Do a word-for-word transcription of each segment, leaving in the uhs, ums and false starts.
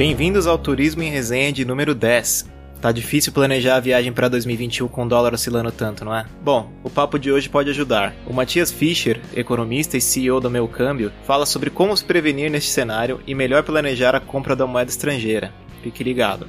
Bem-vindos ao Turismo em Resenha de número dez. Tá difícil planejar a viagem para dois mil e vinte e um com o dólar oscilando tanto, não é? Bom, o papo de hoje pode ajudar. O Matias Fischer, economista e C E O do Meu Câmbio, fala sobre como se prevenir neste cenário e melhor planejar a compra da moeda estrangeira. Fique ligado.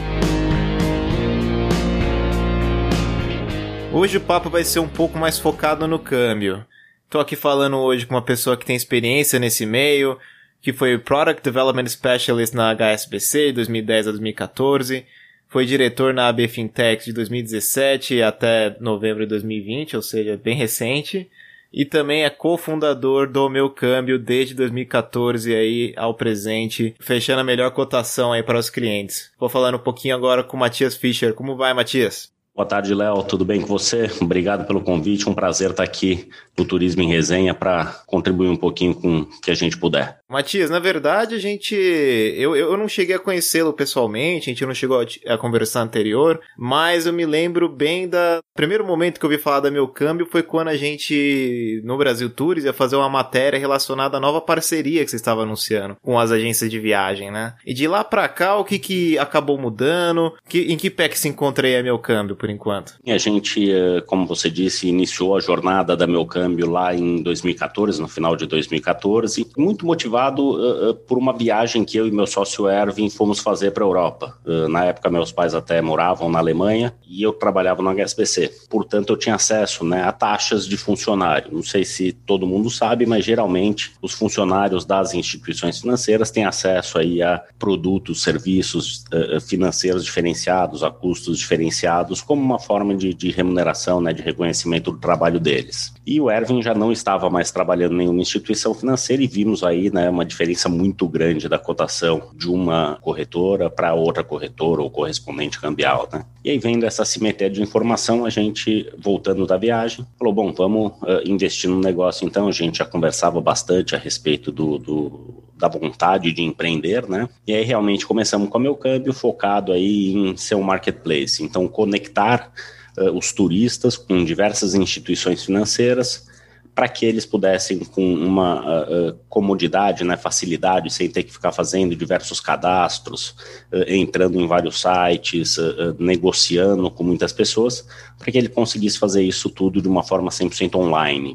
Hoje o papo vai ser um pouco mais focado no câmbio. Tô aqui falando hoje com uma pessoa que tem experiência nesse meio, que foi Product Development Specialist na H S B C de dois mil e dez a dois mil e quatorze, foi diretor na A B Fintech de dois mil e dezessete até novembro de dois mil e vinte, ou seja, bem recente, e também é cofundador do Meu Câmbio desde dois mil e quatorze aí ao presente, fechando a melhor cotação aí para os clientes. Vou falando um pouquinho agora com o Matias Fischer. Como vai, Matias? Boa tarde, Léo. Tudo bem com você? Obrigado pelo convite. Um prazer estar aqui no Turismo em Resenha para contribuir um pouquinho com o que a gente puder. Matias, na verdade, a gente... Eu, eu não cheguei a conhecê-lo pessoalmente, a gente não chegou a, a conversar anterior, mas eu me lembro bem da... O primeiro momento que eu ouvi falar da Meu Câmbio foi quando a gente, no Brasil Tours, ia fazer uma matéria relacionada à nova parceria que você estava anunciando com as agências de viagem, né? E de lá pra cá, o que que acabou mudando? Que, em que pé que se encontra aí a Meu Câmbio, por enquanto? A gente, como você disse, iniciou a jornada da Meu Câmbio lá em dois mil e quatorze, no final de dois mil e quatorze, muito motivado uh, uh, por uma viagem que eu e meu sócio Erwin fomos fazer para a Europa. Uh, na época, meus pais até moravam na Alemanha e eu trabalhava no H S B C. Portanto, eu tinha acesso, né, a taxas de funcionário. Não sei se todo mundo sabe, mas geralmente os funcionários das instituições financeiras têm acesso aí a produtos, serviços uh, financeiros diferenciados, a custos diferenciados, como uma forma de, de remuneração, né, de reconhecimento do trabalho deles. E o Erwin já não estava mais trabalhando em nenhuma instituição financeira e vimos aí, né, uma diferença muito grande da cotação de uma corretora para outra corretora ou correspondente cambial, né? E aí, vendo essa simetria de informação, a gente, voltando da viagem, falou, bom, vamos uh, investir no negócio. Então, a gente já conversava bastante a respeito do, do, da vontade de empreender, né? E aí, realmente, começamos com o Meu Câmbio, focado aí em ser um marketplace. Então, conectar uh, os turistas com diversas instituições financeiras para que eles pudessem, com uma uh, uh, comodidade, né, facilidade, sem ter que ficar fazendo diversos cadastros, uh, entrando em vários sites, uh, uh, negociando com muitas pessoas, para que ele conseguisse fazer isso tudo de uma forma cem por cento online.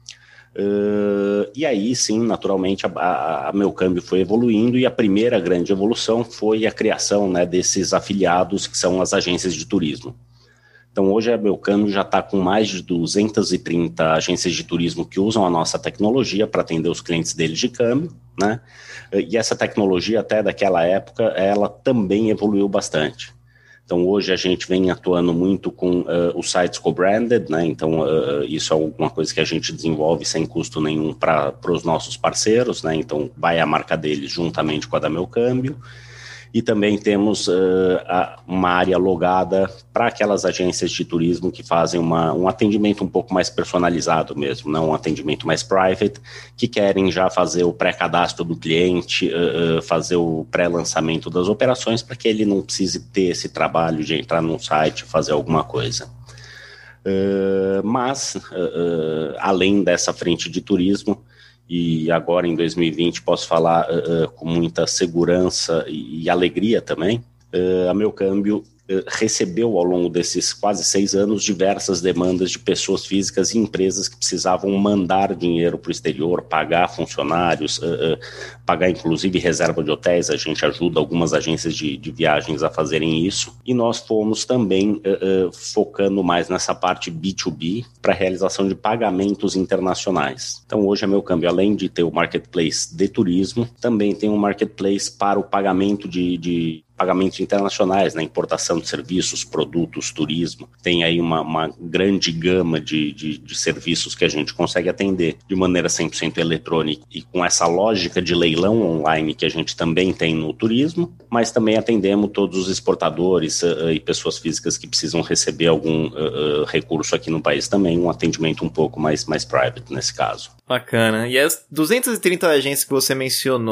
Uh, e aí, sim, naturalmente, a, a, a Meu Câmbio foi evoluindo e a primeira grande evolução foi a criação, né, desses afiliados que são as agências de turismo. Então, hoje a Meu Câmbio já está com mais de duzentas e trinta agências de turismo que usam a nossa tecnologia para atender os clientes deles de câmbio, né? E essa tecnologia, até daquela época, ela também evoluiu bastante. Então, hoje a gente vem atuando muito com uh, os sites co-branded, né? Então, uh, isso é uma coisa que a gente desenvolve sem custo nenhum para os nossos parceiros, né? Então, vai a marca deles juntamente com a da Meu Câmbio. E também temos uh, a, uma área logada para aquelas agências de turismo que fazem uma, um atendimento um pouco mais personalizado mesmo, não um atendimento mais private, que querem já fazer o pré-cadastro do cliente, uh, uh, fazer o pré-lançamento das operações para que ele não precise ter esse trabalho de entrar num site e fazer alguma coisa. Uh, mas, uh, uh, além dessa frente de turismo, e agora em dois mil e vinte posso falar uh, uh, com muita segurança e, e alegria também, uh, a Meu Câmbio uh, recebeu ao longo desses quase seis anos diversas demandas de pessoas físicas e empresas que precisavam mandar dinheiro para o exterior, pagar funcionários, uh, uh, pagar inclusive reserva de hotéis. A gente ajuda algumas agências de, de viagens a fazerem isso, e nós fomos também uh, uh, focando mais nessa parte B dois B para a realização de pagamentos internacionais. Então hoje a Meu Câmbio, além de ter o marketplace de turismo, também tem um marketplace para o pagamento de, de pagamentos internacionais, né? Importação de serviços, produtos, turismo. Tem aí uma, uma grande gama de, de, de serviços que a gente consegue atender de maneira cem por cento eletrônica e com essa lógica de leilão online que a gente também tem no turismo, mas também atendemos todos os exportadores uh, e pessoas físicas que precisam receber algum uh, uh, recurso aqui no país também, um atendimento um pouco mais, mais private nesse caso. Bacana. E as duzentas e trinta agências que você mencionou,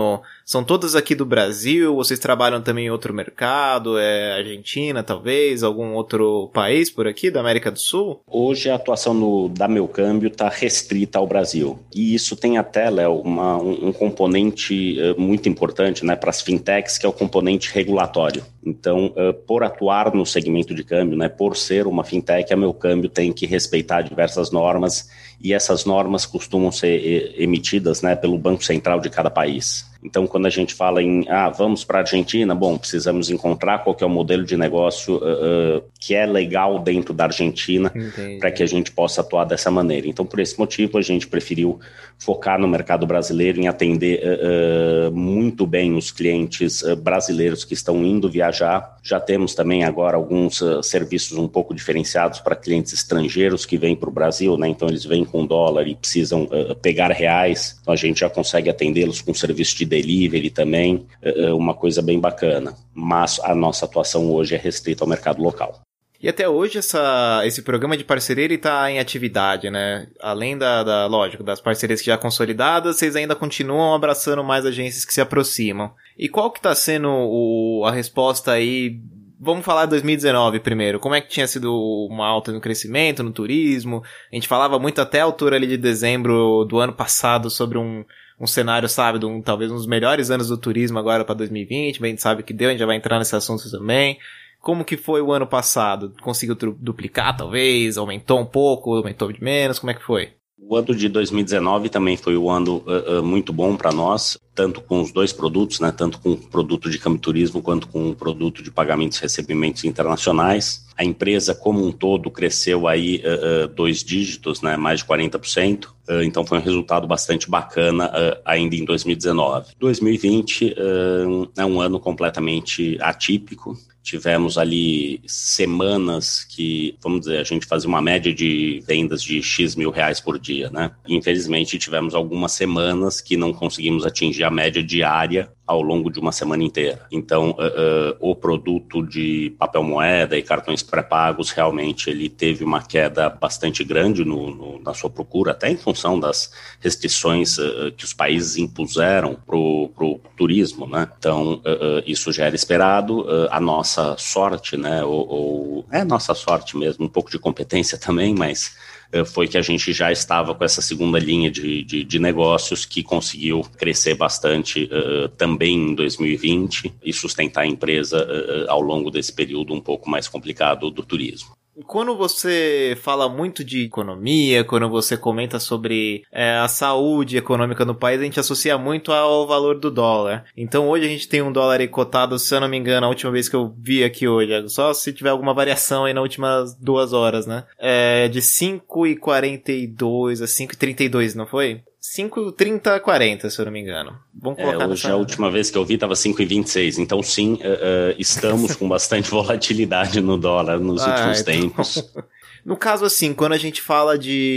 são todas aqui do Brasil? Vocês trabalham também em outro mercado? É Argentina, talvez? Algum outro país por aqui, da América do Sul? Hoje a atuação no, da Meu Câmbio está restrita ao Brasil. E isso tem até, Léo, uma, um, um componente uh, muito importante, né, para as fintechs, que é o componente regulatório. Então, uh, por atuar no segmento de câmbio, né, por ser uma fintech, a Meu Câmbio tem que respeitar diversas normas, e essas normas costumam ser emitidas, né, pelo Banco Central de cada país. Então, quando a gente fala em, ah, vamos para a Argentina, bom, precisamos encontrar qual que é o modelo de negócio uh, uh, que é legal dentro da Argentina para que a gente possa atuar dessa maneira. Então, por esse motivo, a gente preferiu focar no mercado brasileiro, em atender uh, uh, muito bem os clientes uh, brasileiros que estão indo viajar. Já temos também agora alguns uh, serviços um pouco diferenciados para clientes estrangeiros que vêm para o Brasil, né? Então, eles vêm com dólar e precisam uh, pegar reais. Então, a gente já consegue atendê-los com serviço de delivery também, uma coisa bem bacana. Mas a nossa atuação hoje é restrita ao mercado local. E até hoje essa, esse programa de parceria está em atividade, né? Além da, da, lógico, das parcerias que já consolidadas, vocês ainda continuam abraçando mais agências que se aproximam. E qual que está sendo o, a resposta aí? Vamos falar de dois mil e dezenove primeiro. Como é que tinha sido uma alta no crescimento, no turismo? A gente falava muito até a altura ali de dezembro do ano passado sobre um um cenário, sabe, de um, talvez um dos melhores anos do turismo agora para dois mil e vinte, a gente sabe que deu, a gente já vai entrar nesse assunto também. Como que foi o ano passado? Conseguiu duplicar, talvez? Aumentou um pouco? Aumentou de menos? Como é que foi? O ano de dois mil e dezenove também foi um ano uh, uh, muito bom para nós, tanto com os dois produtos, né, tanto com o produto de câmbio turismo quanto com o produto de pagamentos e recebimentos internacionais. A empresa como um todo cresceu aí uh, uh, dois dígitos, né, mais de quarenta por cento, uh, então foi um resultado bastante bacana uh, ainda em dois mil e dezenove. dois mil e vinte uh, é um ano completamente atípico. Tivemos ali semanas que, vamos dizer, a gente fazia uma média de vendas de X mil reais por dia, né? Infelizmente, tivemos algumas semanas que não conseguimos atingir a média diária ao longo de uma semana inteira. Então, uh, uh, o produto de papel moeda e cartões pré-pagos, realmente, ele teve uma queda bastante grande no, no, na sua procura, até em função das restrições uh, que os países impuseram para o turismo, né? Então, uh, uh, isso já era esperado. Uh, a nossa sorte, né? Ou, ou, é nossa sorte mesmo, um pouco de competência também, mas foi que a gente já estava com essa segunda linha de, de, de negócios que conseguiu crescer bastante uh, também em dois mil e vinte e sustentar a empresa uh, ao longo desse período um pouco mais complicado do turismo. Quando você fala muito de economia, quando você comenta sobre é, a saúde econômica no país, a gente associa muito ao valor do dólar. Então hoje a gente tem um dólar aí cotado, se eu não me engano, a última vez que eu vi aqui hoje, só se tiver alguma variação aí nas últimas duas horas, né? É de cinco e quarenta e dois a cinco e trinta e dois, não foi? cinco e trinta a quarenta, se eu não me engano. Vamos colocar é, hoje nessa... a última vez que eu vi estava cinco e vinte e seis, então sim, uh, uh, estamos com bastante volatilidade no dólar nos ah, últimos então... tempos. No caso assim, quando a gente fala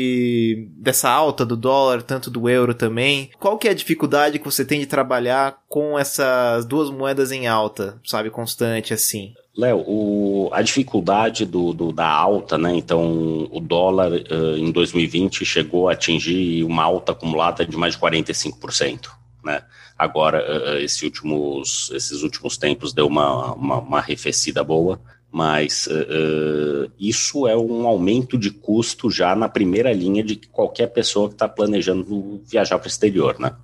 de dessa alta do dólar, tanto do euro também, qual que é a dificuldade que você tem de trabalhar com essas duas moedas em alta, sabe, constante assim? Léo, o, a dificuldade do, do, da alta, né? Então o dólar uh, em dois mil e vinte chegou a atingir uma alta acumulada de mais de quarenta e cinco por cento, né? Agora, uh, esse últimos, esses últimos tempos deu uma, uma, uma arrefecida boa, mas uh, isso é um aumento de custo já na primeira linha de qualquer pessoa que está planejando viajar para o exterior, né?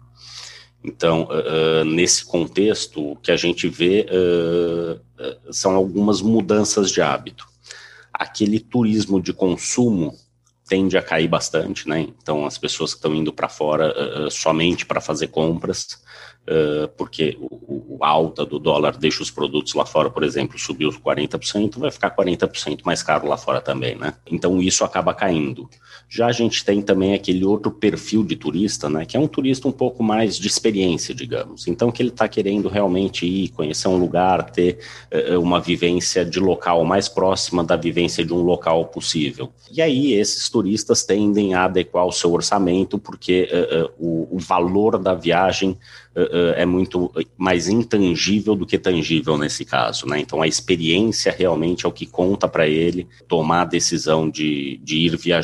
Então, uh, nesse contexto, o que a gente vê uh, uh, são algumas mudanças de hábito. Aquele turismo de consumo tende a cair bastante, né? Então, as pessoas que estão indo para fora uh, somente para fazer compras, uh, porque o, o alta do dólar deixa os produtos lá fora, por exemplo, subiu quarenta por cento, vai ficar quarenta por cento mais caro lá fora também, né? Então, isso acaba caindo. Já a gente tem também aquele outro perfil de turista, né, que é um turista um pouco mais de experiência, digamos. Então, que ele está querendo realmente ir, conhecer um lugar, ter uh, uma vivência de local mais próxima da vivência de um local possível. E aí, esses turistas tendem a adequar o seu orçamento, porque uh, uh, o, o valor da viagem uh, uh, é muito mais intangível do que tangível nesse caso, né? Então, a experiência realmente é o que conta para ele tomar a decisão de, de ir viajar.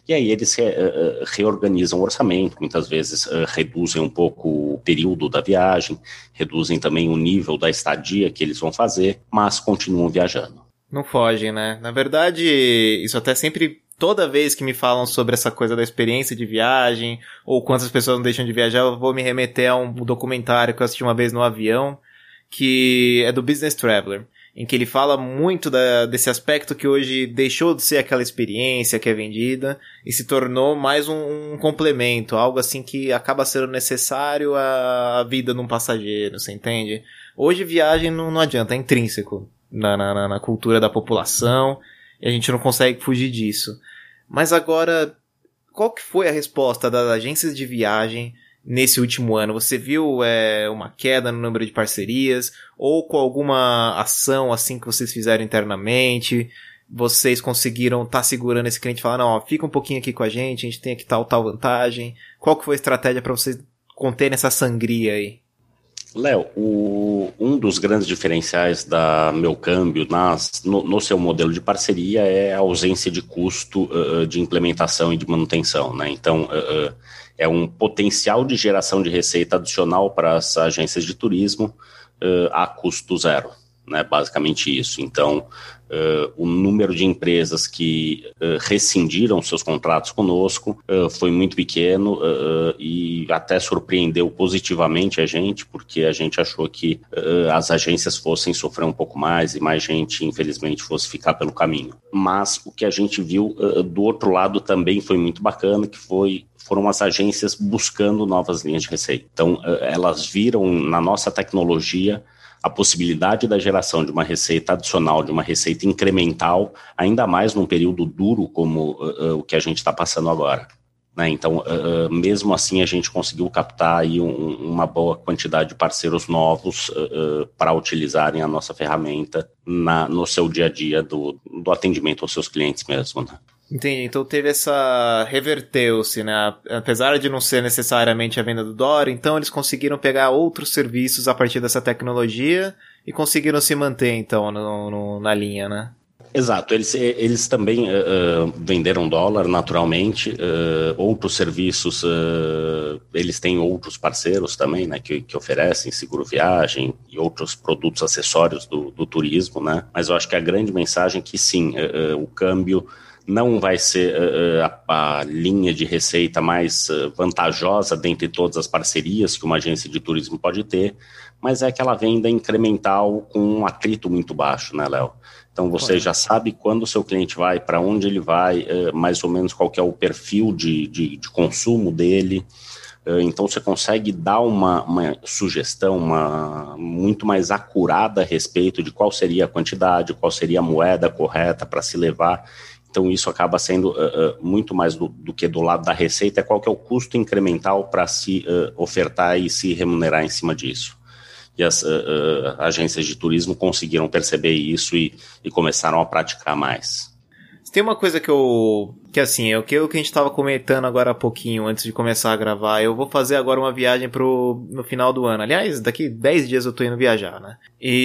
E aí eles re, uh, reorganizam o orçamento, muitas vezes uh, reduzem um pouco o período da viagem, reduzem também o nível da estadia que eles vão fazer, mas continuam viajando. Não fogem, né? Na verdade, isso até sempre, toda vez que me falam sobre essa coisa da experiência de viagem, ou quantas pessoas não deixam de viajar, eu vou me remeter a um documentário que eu assisti uma vez no avião, que é do Business Traveler, em que ele fala muito da, desse aspecto que hoje deixou de ser aquela experiência que é vendida e se tornou mais um, um complemento, algo assim que acaba sendo necessário à vida de um passageiro, você entende? Hoje viagem não, não adianta, é intrínseco na, na, na cultura da população e a gente não consegue fugir disso. Mas agora, qual que foi a resposta das agências de viagem nesse último ano? Você viu é, uma queda no número de parcerias? Ou com alguma ação assim que vocês fizeram internamente, vocês conseguiram estar tá segurando esse cliente e falar, não, ó, fica um pouquinho aqui com a gente, a gente tem aqui tal, tal vantagem. Qual que foi a estratégia para vocês conterem essa sangria aí? Léo, o, um dos grandes diferenciais da Meu Câmbio nas, no, no seu modelo de parceria é a ausência de custo uh, de implementação e de manutenção, né? Então, uh, uh, é um potencial de geração de receita adicional para as agências de turismo uh, a custo zero, né? Basicamente isso. Então, uh, o número de empresas que uh, rescindiram seus contratos conosco uh, foi muito pequeno uh, e até surpreendeu positivamente a gente, porque a gente achou que uh, as agências fossem sofrer um pouco mais e mais gente, infelizmente, fosse ficar pelo caminho. Mas o que a gente viu uh, do outro lado também foi muito bacana, que foi foram as agências buscando novas linhas de receita. Então, uh, elas viram na nossa tecnologia a possibilidade da geração de uma receita adicional, de uma receita incremental, ainda mais num período duro como uh, uh, o que a gente está passando agora, né? Então, uh, uh, mesmo assim, a gente conseguiu captar aí um, uma boa quantidade de parceiros novos uh, uh, para utilizarem a nossa ferramenta na, no seu dia a dia do, do atendimento aos seus clientes mesmo, né? Entendi, então teve essa... reverteu-se, né? Apesar de não ser necessariamente a venda do dólar, então eles conseguiram pegar outros serviços a partir dessa tecnologia e conseguiram se manter, então, no, no, na linha, né? Exato, eles, eles também uh, venderam dólar naturalmente, uh, outros serviços, uh, eles têm outros parceiros também, né, que, que oferecem seguro viagem e outros produtos acessórios do, do turismo, né? Mas eu acho que a grande mensagem é que sim, uh, uh, o câmbio não vai ser uh, a, a linha de receita mais uh, vantajosa dentre todas as parcerias que uma agência de turismo pode ter, mas é aquela venda incremental com um atrito muito baixo, né, Léo? Então você já sabe quando o seu cliente vai, para onde ele vai, uh, mais ou menos qual que é o perfil de, de, de consumo dele. Uh, então você consegue dar uma, uma sugestão uma, muito mais acurada a respeito de qual seria a quantidade, qual seria a moeda correta para se levar. Então isso acaba sendo uh, uh, muito mais do, do que do lado da receita, é qual que é o custo incremental para se uh, ofertar e se remunerar em cima disso. E as uh, uh, agências de turismo conseguiram perceber isso e, e começaram a praticar mais. Tem uma coisa que eu... que assim, é o que, o que a gente estava comentando agora há pouquinho, antes de começar a gravar. Eu vou fazer agora uma viagem pro, no final do ano. Aliás, daqui dez dias eu tô indo viajar, né?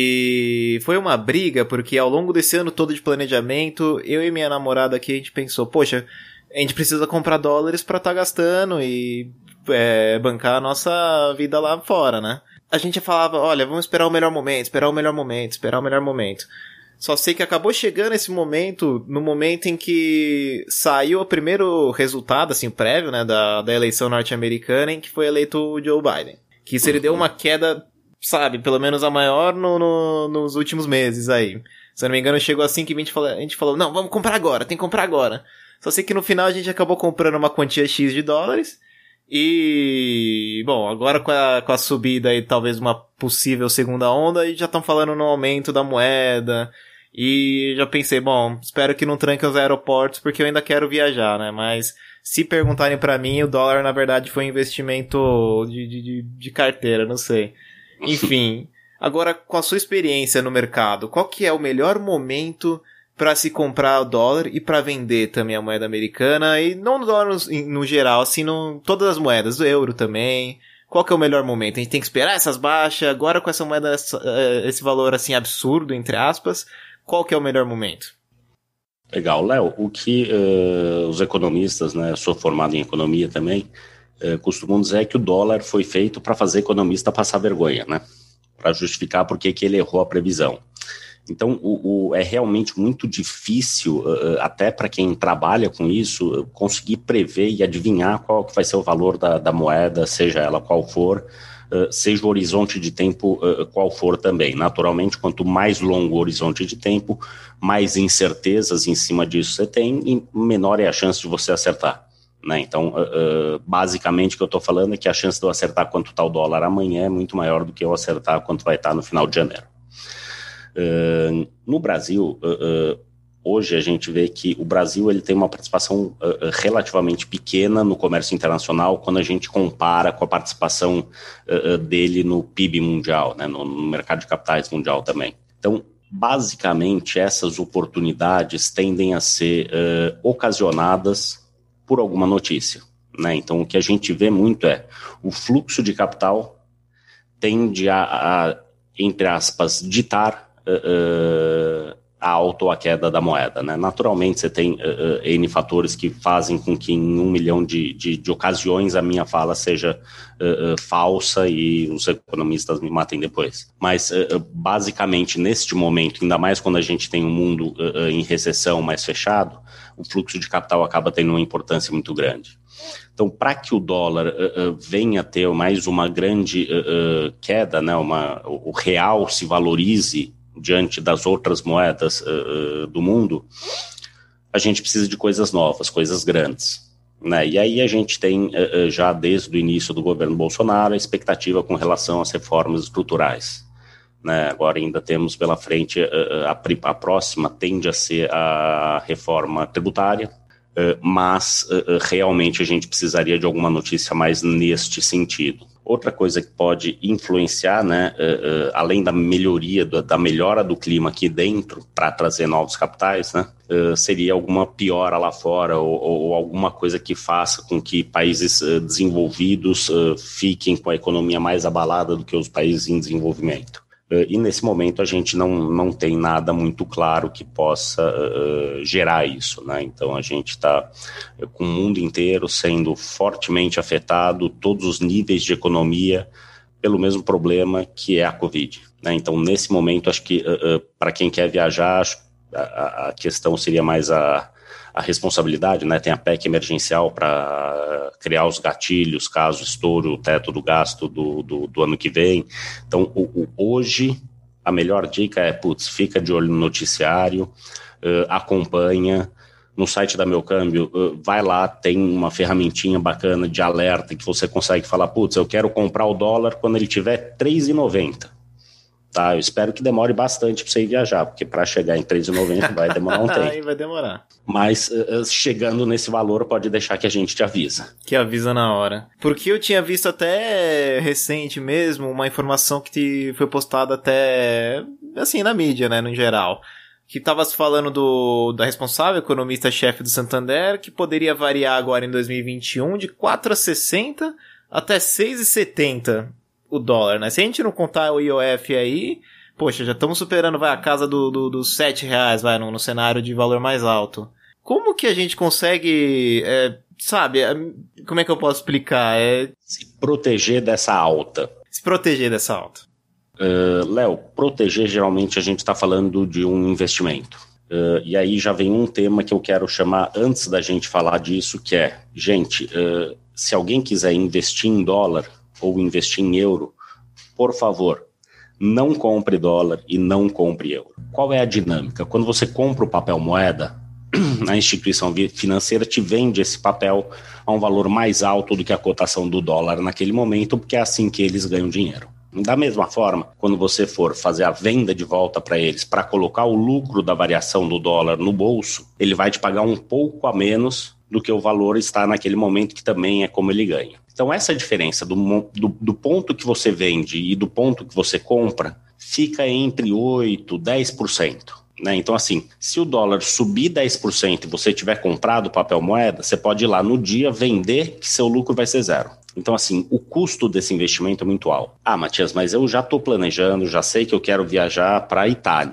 E foi uma briga, porque ao longo desse ano todo de planejamento, eu e minha namorada aqui, a gente pensou, poxa, a gente precisa comprar dólares pra tá gastando e é, bancar a nossa vida lá fora, né? A gente falava, olha, vamos esperar o melhor momento, esperar o melhor momento, esperar o melhor momento. Só sei que acabou chegando esse momento, no momento em que saiu o primeiro resultado, assim, prévio, né, da, da eleição norte-americana, em que foi eleito o Joe Biden. Que isso ele deu uma queda, sabe, pelo menos a maior no, no, nos últimos meses aí. Se eu não me engano, chegou assim que a gente, falou, a gente falou, não, vamos comprar agora, tem que comprar agora. Só sei que no final a gente acabou comprando uma quantia X de dólares. E, bom, agora com a, com a subida e talvez uma possível segunda onda, e já estão falando no aumento da moeda. E já pensei, bom, espero que não tranquem os aeroportos, porque eu ainda quero viajar, né? Mas se perguntarem pra mim, o dólar na verdade foi um investimento de, de, de carteira, não sei. Enfim, agora com a sua experiência no mercado, qual que é o melhor momento pra se comprar o dólar e pra vender também a moeda americana? E não no dólar no, no geral, assim, no, todas as moedas, o euro também. Qual que é o melhor momento? A gente tem que esperar essas baixas, agora com essa moeda, esse valor assim absurdo, entre aspas. Qual que é o melhor momento? Legal, Léo, o que uh, os economistas, né, eu sou formado em economia também, uh, costumam dizer que o dólar foi feito para fazer economista passar vergonha, né, para justificar por que ele errou a previsão. Então, o, o, é realmente muito difícil, uh, até para quem trabalha com isso, uh, conseguir prever e adivinhar qual que vai ser o valor da, da moeda, seja ela qual for, uh, seja o horizonte de tempo uh, qual for também. Naturalmente, quanto mais longo o horizonte de tempo, mais incertezas em cima disso você tem e menor é a chance de você acertar. Né? Então, uh, uh, basicamente o que eu estou falando é que a chance de eu acertar quanto está o dólar amanhã é muito maior do que eu acertar quanto vai estar no final de janeiro. Uh, no Brasil, uh, uh, hoje a gente vê que o Brasil ele tem uma participação uh, relativamente pequena no comércio internacional quando a gente compara com a participação uh, dele no P I B mundial, né, no, no mercado de capitais mundial também. Então, basicamente, essas oportunidades tendem a ser uh, ocasionadas por alguma notícia. Né? Então, o que a gente vê muito é o fluxo de capital tende a, a entre aspas, ditar Uh, a alta ou a queda da moeda. Né? Naturalmente, você tem uh, N fatores que fazem com que em um milhão de, de, de ocasiões a minha fala seja uh, uh, falsa e os economistas me matem depois. Mas, uh, basicamente, neste momento, ainda mais quando a gente tem um mundo uh, uh, em recessão mais fechado, o fluxo de capital acaba tendo uma importância muito grande. Então, para que o dólar uh, uh, venha a ter mais uma grande uh, uh, queda, né, uma, o real se valorize diante das outras moedas uh, do mundo, a gente precisa de coisas novas, coisas grandes. Né? E aí a gente tem, uh, já desde o início do governo Bolsonaro, a expectativa com relação às reformas estruturais. Né? Agora ainda temos pela frente, uh, a, a próxima tende a ser a reforma tributária, uh, mas uh, realmente a gente precisaria de alguma notícia mais neste sentido. Outra coisa que pode influenciar, né, uh, uh, além da melhoria, do, da melhora do clima aqui dentro, para trazer novos capitais, né, uh, seria alguma piora lá fora ou, ou alguma coisa que faça com que países uh, desenvolvidos uh, fiquem com a economia mais abalada do que os países em desenvolvimento. Uh, e nesse momento a gente não, não tem nada muito claro que possa uh, gerar isso, né? Então a gente está uh, com o mundo inteiro sendo fortemente afetado, todos os níveis de economia, pelo mesmo problema que é a Covid. Né? Então nesse momento acho que uh, uh, para quem quer viajar, acho, a, a questão seria mais a, a responsabilidade, né? Tem a P E C emergencial para criar os gatilhos caso estoure o teto do gasto do, do, do ano que vem. Então, o, o, hoje, a melhor dica é, putz, fica de olho no noticiário, uh, acompanha. No site da Meu Câmbio, uh, vai lá, tem uma ferramentinha bacana de alerta que você consegue falar, putz, eu quero comprar o dólar quando ele tiver três reais e noventa centavos. Tá, eu espero que demore bastante para você ir viajar, porque para chegar em três reais e noventa centavos vai demorar um tempo. Aí vai demorar. Mas uh, chegando nesse valor, pode deixar que a gente te avisa. Que avisa na hora. Porque eu tinha visto até recente mesmo uma informação que foi postada até, assim, na mídia, né, no geral. Que tava se falando do, da responsável, economista-chefe do Santander, que poderia variar agora em dois mil e vinte e um de quatro reais e sessenta centavos até seis reais e setenta centavos. O dólar, né? Se a gente não contar o I O F aí, poxa, já estamos superando, vai, a casa dos do, do sete reais, vai, no, no cenário de valor mais alto. Como que a gente consegue, é, sabe, é, como é que eu posso explicar? É... Se proteger dessa alta. Se proteger dessa alta. Uh, Léo, proteger, geralmente a gente está falando de um investimento. Uh, e aí já vem um tema que eu quero chamar antes da gente falar disso, que é, gente, uh, se alguém quiser investir em dólar, ou investir em euro, por favor, não compre dólar e não compre euro. Qual é a dinâmica? Quando você compra o papel moeda, a instituição financeira te vende esse papel a um valor mais alto do que a cotação do dólar naquele momento, porque é assim que eles ganham dinheiro. Da mesma forma, quando você for fazer a venda de volta para eles, para colocar o lucro da variação do dólar no bolso, ele vai te pagar um pouco a menos do que o valor está naquele momento, que também é como ele ganha. Então essa diferença do, do, do ponto que você vende e do ponto que você compra fica entre oito por cento e dez por cento. Né? Então assim, se o dólar subir dez por cento e você tiver comprado papel moeda, você pode ir lá no dia vender que seu lucro vai ser zero. Então assim, o custo desse investimento é muito alto. Ah, Matias, mas eu já estou planejando, já sei que eu quero viajar para a Itália.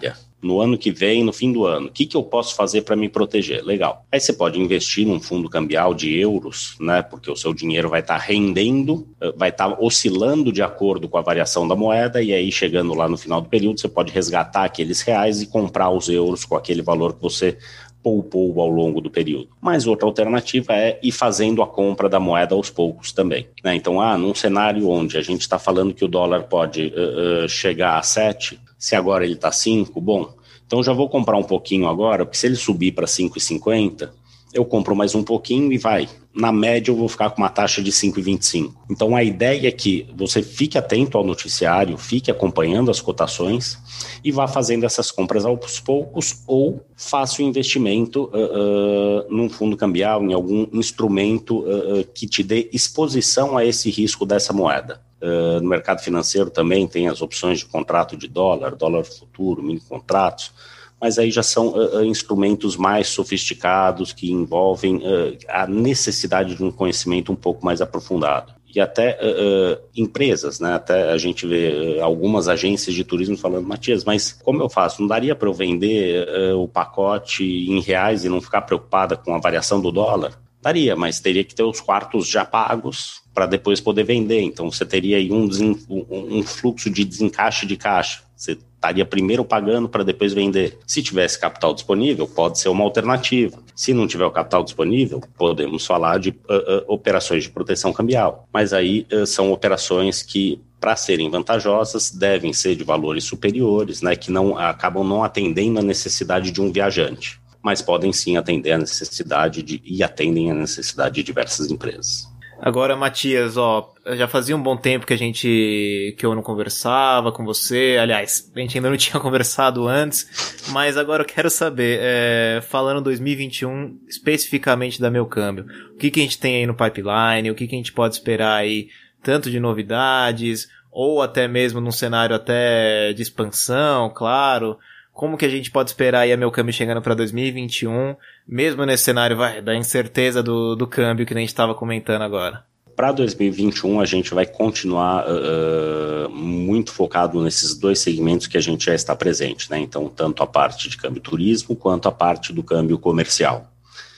no ano que vem, no fim do ano, o que, que eu posso fazer para me proteger? Legal. Aí você pode investir num fundo cambial de euros, né? Porque o seu dinheiro vai estar tá rendendo, vai estar tá oscilando de acordo com a variação da moeda, e aí chegando lá no final do período, você pode resgatar aqueles reais e comprar os euros com aquele valor que você poupou ao longo do período. Mas outra alternativa é ir fazendo a compra da moeda aos poucos também, né? Então, ah, num cenário onde a gente está falando que o dólar pode uh, uh, chegar a sete, se agora ele está cinco, bom, então já vou comprar um pouquinho agora, porque se ele subir para cinco e cinquenta, eu compro mais um pouquinho e vai. Na média eu vou ficar com uma taxa de cinco e vinte e cinco. Então a ideia é que você fique atento ao noticiário, fique acompanhando as cotações e vá fazendo essas compras aos poucos, ou faça o investimento uh, uh, num fundo cambial, em algum instrumento uh, uh, que te dê exposição a esse risco dessa moeda. Uh, no mercado financeiro também tem as opções de contrato de dólar, dólar futuro, mini contratos, mas aí já são uh, uh, instrumentos mais sofisticados que envolvem uh, a necessidade de um conhecimento um pouco mais aprofundado. E até uh, uh, empresas, né? Até a gente vê uh, algumas agências de turismo falando, Matias, mas como eu faço? Não daria para eu vender uh, o pacote em reais e não ficar preocupada com a variação do dólar? Daria, mas teria que ter os quartos já pagos para depois poder vender. Então você teria aí um, desen, um, um fluxo de desencaixe de caixa. Você estaria primeiro pagando para depois vender. Se tivesse capital disponível, pode ser uma alternativa. Se não tiver o capital disponível, podemos falar de uh, uh, operações de proteção cambial. Mas aí uh, são operações que, para serem vantajosas, devem ser de valores superiores, né, que não, acabam não atendendo a necessidade de um viajante, mas podem sim atender a necessidade de, e atendem a necessidade de diversas empresas. Agora, Matias, ó, já fazia um bom tempo que a gente, que eu não conversava com você, aliás, a gente ainda não tinha conversado antes, mas agora eu quero saber, é, falando dois mil e vinte e um, especificamente da Meu Câmbio, o que que a gente tem aí no pipeline, o que que a gente pode esperar aí, tanto de novidades, ou até mesmo num cenário até de expansão, claro. Como que a gente pode esperar aí a Meu Câmbio chegando para dois mil e vinte e um, mesmo nesse cenário vai, da incerteza do, do câmbio que a gente estava comentando agora? Para dois mil e vinte e um, a gente vai continuar uh, muito focado nesses dois segmentos que a gente já está presente, né? Então, tanto a parte de câmbio turismo quanto a parte do câmbio comercial.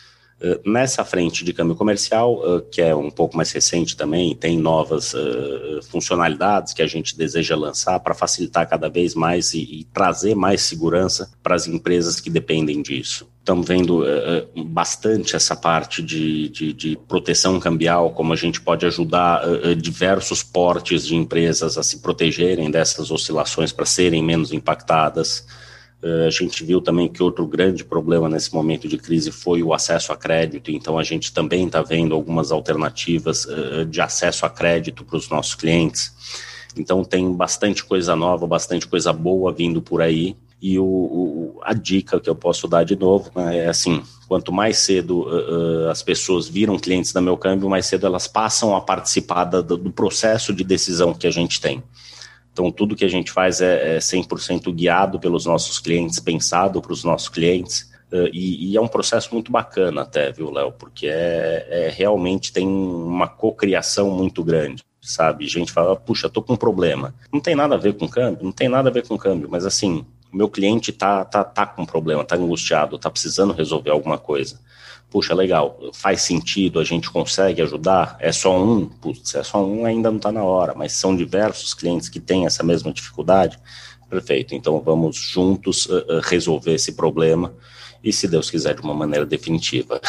Uh, nessa frente de câmbio comercial, uh, que é um pouco mais recente também, tem novas uh, funcionalidades que a gente deseja lançar para facilitar cada vez mais e, e trazer mais segurança para as empresas que dependem disso. Estamos vendo uh, bastante essa parte de, de, de proteção cambial, como a gente pode ajudar uh, diversos portes de empresas a se protegerem dessas oscilações para serem menos impactadas. Uh, a gente viu também que outro grande problema nesse momento de crise foi o acesso a crédito, então a gente também está vendo algumas alternativas uh, de acesso a crédito para os nossos clientes. Então tem bastante coisa nova, bastante coisa boa vindo por aí, e o, o, a dica que eu posso dar de novo, né, é assim, quanto mais cedo uh, uh, as pessoas viram clientes da Meu Câmbio, mais cedo elas passam a participar da, do processo de decisão que a gente tem. Então, tudo que a gente faz é, é cem por cento guiado pelos nossos clientes, pensado para os nossos clientes, uh, e, e é um processo muito bacana até, viu, Léo? Porque é, é, realmente tem uma cocriação muito grande, sabe? A gente fala, puxa, estou com um problema. Não tem nada a ver com câmbio, não tem nada a ver com câmbio, mas assim, o meu cliente está tá, tá com um problema, está angustiado, está precisando resolver alguma coisa. Puxa, legal, faz sentido, a gente consegue ajudar? É só um? Putz, é só um, ainda não está na hora, mas são diversos clientes que têm essa mesma dificuldade. Perfeito, então vamos juntos uh, resolver esse problema e, se Deus quiser, de uma maneira definitiva.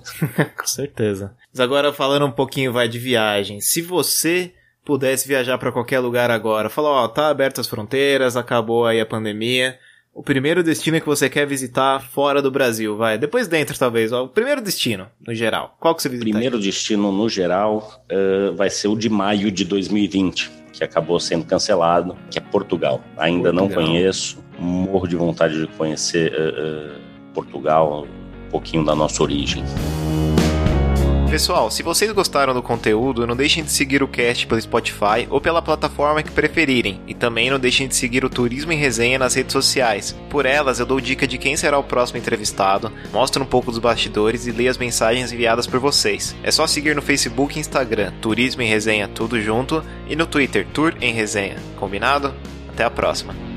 Com certeza. Mas agora, falando um pouquinho vai de viagem, se você pudesse viajar para qualquer lugar agora, falou, ó, tá aberto as fronteiras, acabou aí a pandemia, o primeiro destino que você quer visitar fora do Brasil, vai. Depois dentro, talvez. Ó, o primeiro destino, no geral. Qual que você visitaria? Primeiro destino, no geral, uh, vai ser o de maio de dois mil e vinte, que acabou sendo cancelado, que é Portugal. Ainda Portugal. Não conheço, morro de vontade de conhecer uh, uh, Portugal, um pouquinho da nossa origem. Pessoal, se vocês gostaram do conteúdo, não deixem de seguir o cast pelo Spotify ou pela plataforma que preferirem. E também não deixem de seguir o Turismo em Resenha nas redes sociais. Por elas, eu dou dica de quem será o próximo entrevistado, mostro um pouco dos bastidores e leio as mensagens enviadas por vocês. É só seguir no Facebook e Instagram, Turismo em Resenha tudo junto, e no Twitter, Tour em Resenha. Combinado? Até a próxima!